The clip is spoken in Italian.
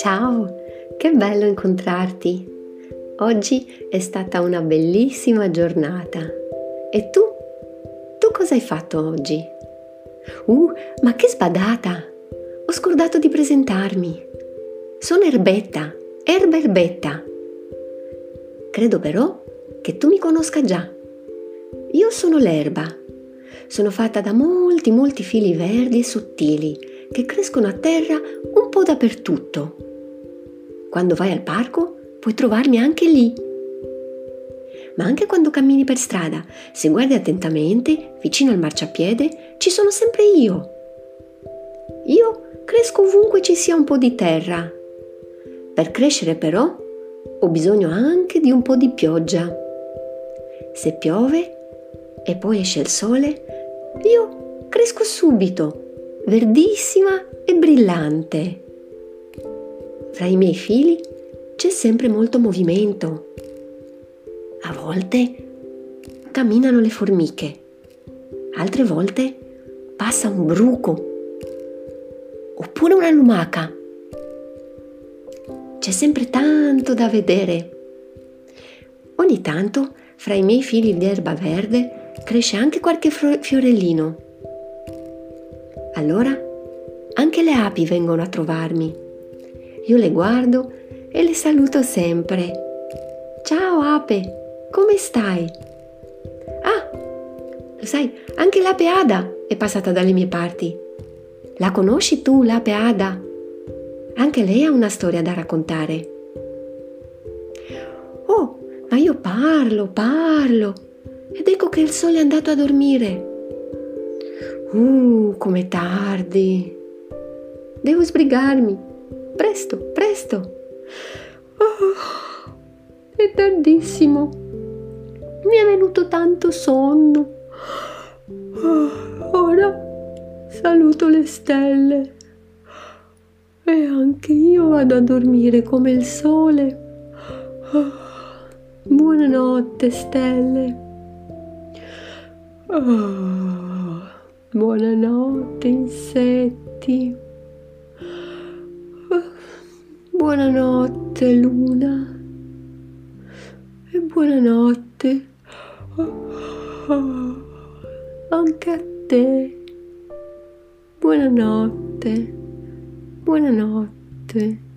Ciao, che bello incontrarti. Oggi è stata una bellissima giornata. E tu? Tu cosa hai fatto oggi? Ma che sbadata! Ho scordato di presentarmi. Sono Erbetta, Erbetta. Credo però che tu mi conosca già. Io sono l'erba. Sono fatta da molti fili verdi e sottili che crescono a terra un po' dappertutto. Quando vai al parco puoi trovarmi anche lì. Ma anche quando cammini per strada, se guardi attentamente, vicino al marciapiede, ci sono sempre io. Io cresco ovunque ci sia un po' di terra. Per crescere però ho bisogno anche di un po' di pioggia. Se piove e poi esce il sole, io cresco subito, verdissima e brillante. Fra i miei fili c'è sempre molto movimento. A volte camminano le formiche, altre volte passa un bruco oppure una lumaca. C'è sempre tanto da vedere. Ogni tanto fra i miei fili di erba verde cresce anche qualche fiorellino. Allora anche le api vengono a trovarmi. Io le guardo e le saluto sempre. Ciao ape, come stai? Ah, lo sai, anche l'ape Ada è passata dalle mie parti. La conosci tu, l'ape Ada? Anche lei ha una storia da raccontare. Oh, ma io parlo ed ecco che il sole è andato a dormire. Com'è tardi. Devo sbrigarmi. Presto. Oh, è tardissimo. Mi è venuto tanto sonno. Ora saluto le stelle. E anche io vado a dormire come il sole. Buonanotte, stelle. Buonanotte, insetti. Buonanotte, luna. E buonanotte anche a te. Buonanotte.